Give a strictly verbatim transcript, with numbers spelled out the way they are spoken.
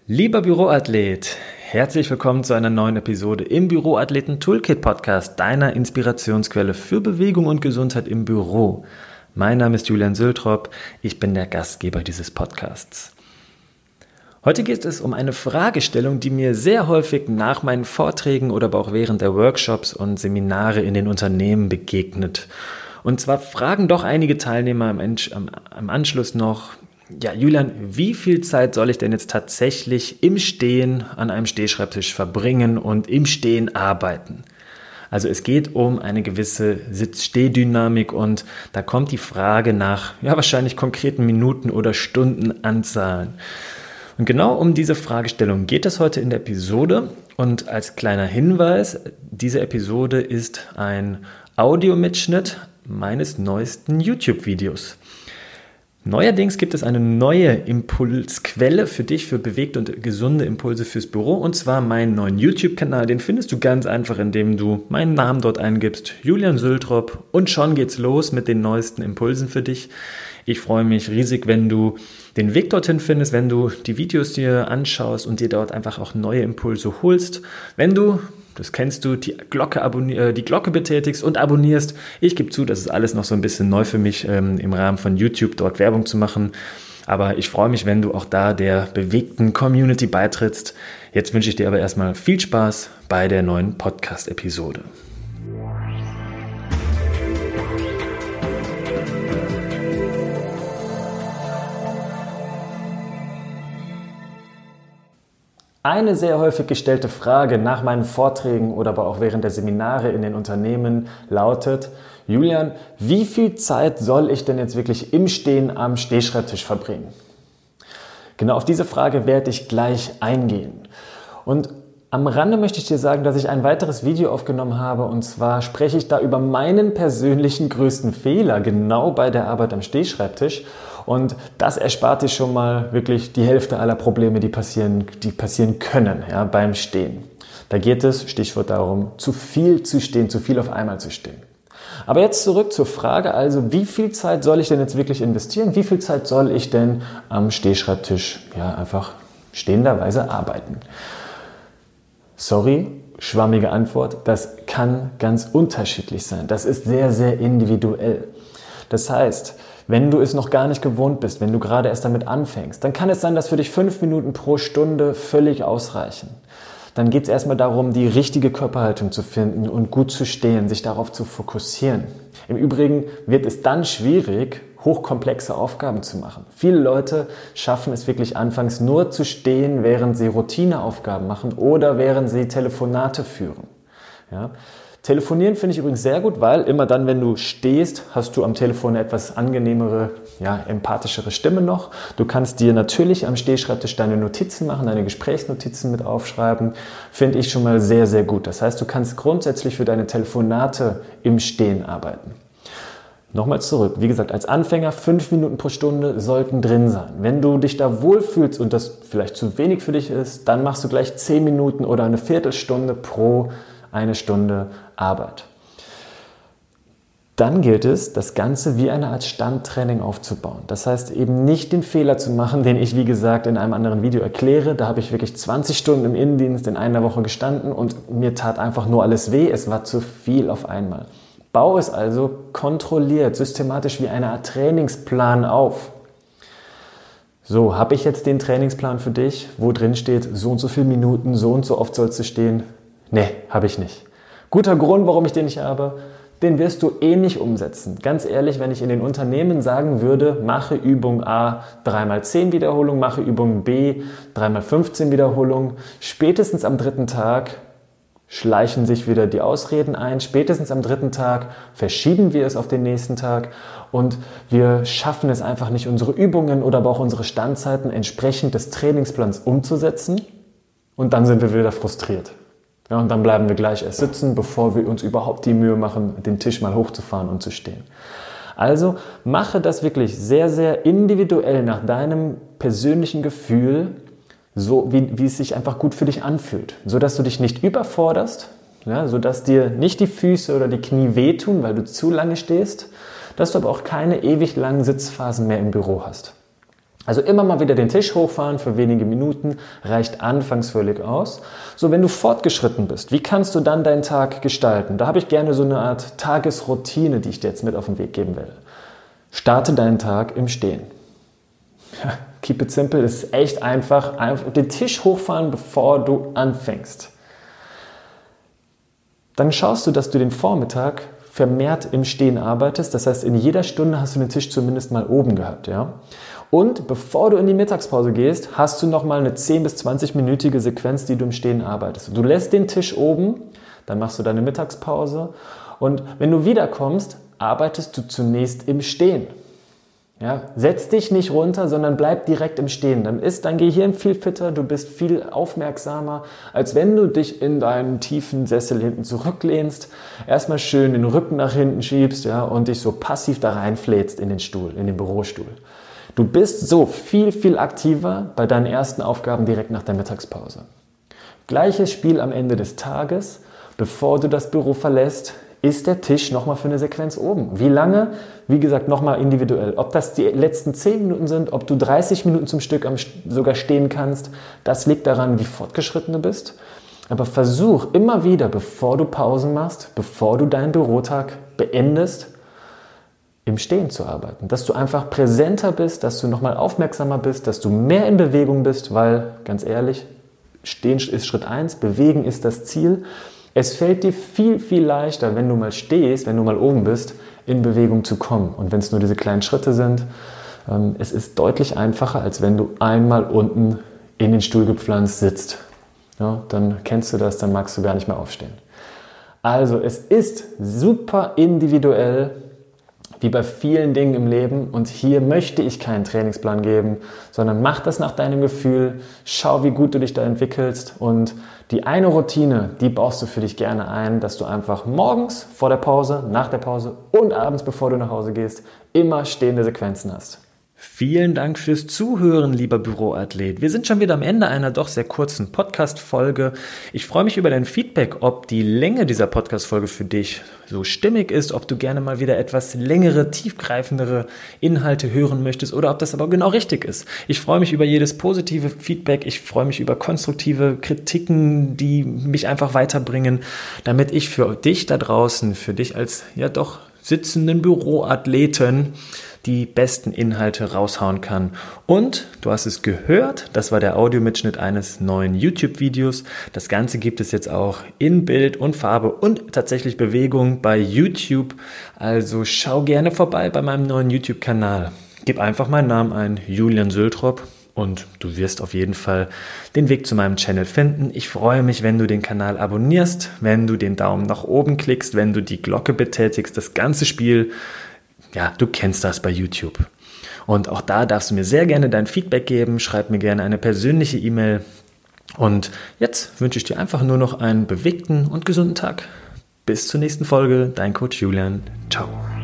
Lieber Büroathlet, herzlich willkommen zu einer neuen Episode im Büroathleten Toolkit Podcast, deiner Inspirationsquelle für Bewegung und Gesundheit im Büro. Mein Name ist Julian Sültrop, ich bin der Gastgeber dieses Podcasts. Heute geht es um eine Fragestellung, die mir sehr häufig nach meinen Vorträgen oder aber auch während der Workshops und Seminare in den Unternehmen begegnet. Und zwar fragen doch einige Teilnehmer im, am, am Anschluss noch: Ja, Julian, wie viel Zeit soll ich denn jetzt tatsächlich im Stehen an einem Stehschreibtisch verbringen und im Stehen arbeiten? Also es geht um eine gewisse Sitz-Steh-Dynamik und da kommt die Frage nach, ja, wahrscheinlich konkreten Minuten- oder Stundenanzahlen. Und genau um diese Fragestellung geht es heute in der Episode. Und als kleiner Hinweis, diese Episode ist ein Audiomitschnitt meines neuesten YouTube-Videos. Neuerdings gibt es eine neue Impulsquelle für dich, für bewegte und gesunde Impulse fürs Büro, und zwar meinen neuen YouTube-Kanal. Den findest du ganz einfach, indem du meinen Namen dort eingibst, Julian Sültrop, und schon geht's los mit den neuesten Impulsen für dich. Ich freue mich riesig, wenn du den Weg dorthin findest, wenn du die Videos dir anschaust und dir dort einfach auch neue Impulse holst. Wenn du, das kennst du, die Glocke, abonnier, die Glocke betätigst und abonnierst. Ich gebe zu, das ist alles noch so ein bisschen neu für mich, ähm, im Rahmen von YouTube dort Werbung zu machen. Aber ich freue mich, wenn du auch da der bewegten Community beitrittst. Jetzt wünsche ich dir aber erstmal viel Spaß bei der neuen Podcast-Episode. Eine sehr häufig gestellte Frage nach meinen Vorträgen oder aber auch während der Seminare in den Unternehmen lautet: Julian, wie viel Zeit soll ich denn jetzt wirklich im Stehen am Stehschreibtisch verbringen? Genau auf diese Frage werde ich gleich eingehen. Und am Rande möchte ich dir sagen, dass ich ein weiteres Video aufgenommen habe, und zwar spreche ich da über meinen persönlichen größten Fehler genau bei der Arbeit am Stehschreibtisch. Und das erspart dir schon mal wirklich die Hälfte aller Probleme, die passieren, die passieren können, ja, beim Stehen. Da geht es, Stichwort darum, zu viel zu stehen, zu viel auf einmal zu stehen. Aber jetzt zurück zur Frage, also wie viel Zeit soll ich denn jetzt wirklich investieren? Wie viel Zeit soll ich denn am Stehschreibtisch ja, einfach stehenderweise arbeiten? Sorry, schwammige Antwort, das kann ganz unterschiedlich sein. Das ist sehr, sehr individuell. Das heißt, wenn du es noch gar nicht gewohnt bist, wenn du gerade erst damit anfängst, dann kann es sein, dass für dich fünf Minuten pro Stunde völlig ausreichen. Dann geht es erstmal darum, die richtige Körperhaltung zu finden und gut zu stehen, sich darauf zu fokussieren. Im Übrigen wird es dann schwierig, hochkomplexe Aufgaben zu machen. Viele Leute schaffen es wirklich anfangs nur zu stehen, während sie Routineaufgaben machen oder während sie Telefonate führen. Ja? Telefonieren finde ich übrigens sehr gut, weil immer dann, wenn du stehst, hast du am Telefon eine etwas angenehmere, ja, empathischere Stimme noch. Du kannst dir natürlich am Stehschreibtisch deine Notizen machen, deine Gesprächsnotizen mit aufschreiben. Finde ich schon mal sehr, sehr gut. Das heißt, du kannst grundsätzlich für deine Telefonate im Stehen arbeiten. Nochmal zurück. Wie gesagt, als Anfänger fünf Minuten pro Stunde sollten drin sein. Wenn du dich da wohlfühlst und das vielleicht zu wenig für dich ist, dann machst du gleich zehn Minuten oder eine Viertelstunde pro eine Stunde Arbeit. Dann gilt es, das Ganze wie eine Art Standtraining aufzubauen. Das heißt eben nicht den Fehler zu machen, den ich, wie gesagt, in einem anderen Video erkläre. Da habe ich wirklich zwanzig Stunden im Innendienst in einer Woche gestanden und mir tat einfach nur alles weh. Es war zu viel auf einmal. Bau es also kontrolliert, systematisch wie eine Art Trainingsplan auf. So, habe ich jetzt den Trainingsplan für dich, wo drin steht, so und so viele Minuten, so und so oft sollst du stehen? Nee, habe ich nicht. Guter Grund, warum ich den nicht habe, den wirst du eh nicht umsetzen. Ganz ehrlich, wenn ich in den Unternehmen sagen würde, mache Übung A drei mal zehn Wiederholungen, mache Übung B drei mal fünfzehn Wiederholungen, spätestens am dritten Tag schleichen sich wieder die Ausreden ein, spätestens am dritten Tag verschieben wir es auf den nächsten Tag und wir schaffen es einfach nicht, unsere Übungen oder aber auch unsere Standzeiten entsprechend des Trainingsplans umzusetzen, und dann sind wir wieder frustriert. Ja, und dann bleiben wir gleich erst sitzen, bevor wir uns überhaupt die Mühe machen, den Tisch mal hochzufahren und zu stehen. Also mache das wirklich sehr, sehr individuell nach deinem persönlichen Gefühl, so wie, wie es sich einfach gut für dich anfühlt, sodass du dich nicht überforderst, ja, sodass dir nicht die Füße oder die Knie wehtun, weil du zu lange stehst, dass du aber auch keine ewig langen Sitzphasen mehr im Büro hast. Also immer mal wieder den Tisch hochfahren für wenige Minuten reicht anfangs völlig aus. So, wenn du fortgeschritten bist, wie kannst du dann deinen Tag gestalten? Da habe ich gerne so eine Art Tagesroutine, die ich dir jetzt mit auf den Weg geben will. Starte deinen Tag im Stehen. Ja, keep it simple, es ist echt einfach. Einfach den Tisch hochfahren, bevor du anfängst. Dann schaust du, dass du den Vormittag vermehrt im Stehen arbeitest. Das heißt, in jeder Stunde hast du den Tisch zumindest mal oben gehabt. Ja? Und bevor du in die Mittagspause gehst, hast du nochmal eine zehn- bis zwanzig-minütige Sequenz, die du im Stehen arbeitest. Du lässt den Tisch oben, dann machst du deine Mittagspause und wenn du wiederkommst, arbeitest du zunächst im Stehen. Ja, setz dich nicht runter, sondern bleib direkt im Stehen. Dann ist dein Gehirn viel fitter, du bist viel aufmerksamer, als wenn du dich in deinen tiefen Sessel hinten zurücklehnst, erstmal schön den Rücken nach hinten schiebst, ja, und dich so passiv da reinflätst in den Stuhl, in den Bürostuhl. Du bist so viel, viel aktiver bei deinen ersten Aufgaben direkt nach der Mittagspause. Gleiches Spiel am Ende des Tages, bevor du das Büro verlässt, ist der Tisch nochmal für eine Sequenz oben. Wie lange? Wie gesagt, nochmal individuell. Ob das die letzten zehn Minuten sind, ob du dreißig Minuten zum Stück am, sogar stehen kannst, das liegt daran, wie fortgeschritten du bist. Aber versuch immer wieder, bevor du Pausen machst, bevor du deinen Bürotag beendest, im Stehen zu arbeiten. Dass du einfach präsenter bist, dass du nochmal aufmerksamer bist, dass du mehr in Bewegung bist, weil, ganz ehrlich, Stehen ist Schritt eins, Bewegen ist das Ziel. Es fällt dir viel, viel leichter, wenn du mal stehst, wenn du mal oben bist, in Bewegung zu kommen. Und wenn es nur diese kleinen Schritte sind, ähm, es ist deutlich einfacher, als wenn du einmal unten in den Stuhl gepflanzt sitzt. Ja, dann kennst du das, dann magst du gar nicht mehr aufstehen. Also es ist super individuell, wie bei vielen Dingen im Leben. Und hier möchte ich keinen Trainingsplan geben, sondern mach das nach deinem Gefühl. Schau, wie gut du dich da entwickelst. Und die eine Routine, die baust du für dich gerne ein, dass du einfach morgens vor der Pause, nach der Pause und abends, bevor du nach Hause gehst, immer stehende Sequenzen hast. Vielen Dank fürs Zuhören, lieber Büroathlet. Wir sind schon wieder am Ende einer doch sehr kurzen Podcast-Folge. Ich freue mich über dein Feedback, ob die Länge dieser Podcast-Folge für dich so stimmig ist, ob du gerne mal wieder etwas längere, tiefgreifendere Inhalte hören möchtest oder ob das aber genau richtig ist. Ich freue mich über jedes positive Feedback. Ich freue mich über konstruktive Kritiken, die mich einfach weiterbringen, damit ich für dich da draußen, für dich als ja doch sitzenden Büroathleten die besten Inhalte raushauen kann. Und du hast es gehört, das war der Audiomitschnitt eines neuen YouTube-Videos. Das Ganze gibt es jetzt auch in Bild und Farbe und tatsächlich Bewegung bei YouTube. Also schau gerne vorbei bei meinem neuen YouTube-Kanal. Gib einfach meinen Namen ein, Julian Sültrop, und du wirst auf jeden Fall den Weg zu meinem Channel finden. Ich freue mich, wenn du den Kanal abonnierst, wenn du den Daumen nach oben klickst, wenn du die Glocke betätigst. Das ganze Spiel, ja, du kennst das bei YouTube. Und auch da darfst du mir sehr gerne dein Feedback geben. Schreib mir gerne eine persönliche E-Mail. Und jetzt wünsche ich dir einfach nur noch einen bewegten und gesunden Tag. Bis zur nächsten Folge. Dein Coach Julian. Ciao.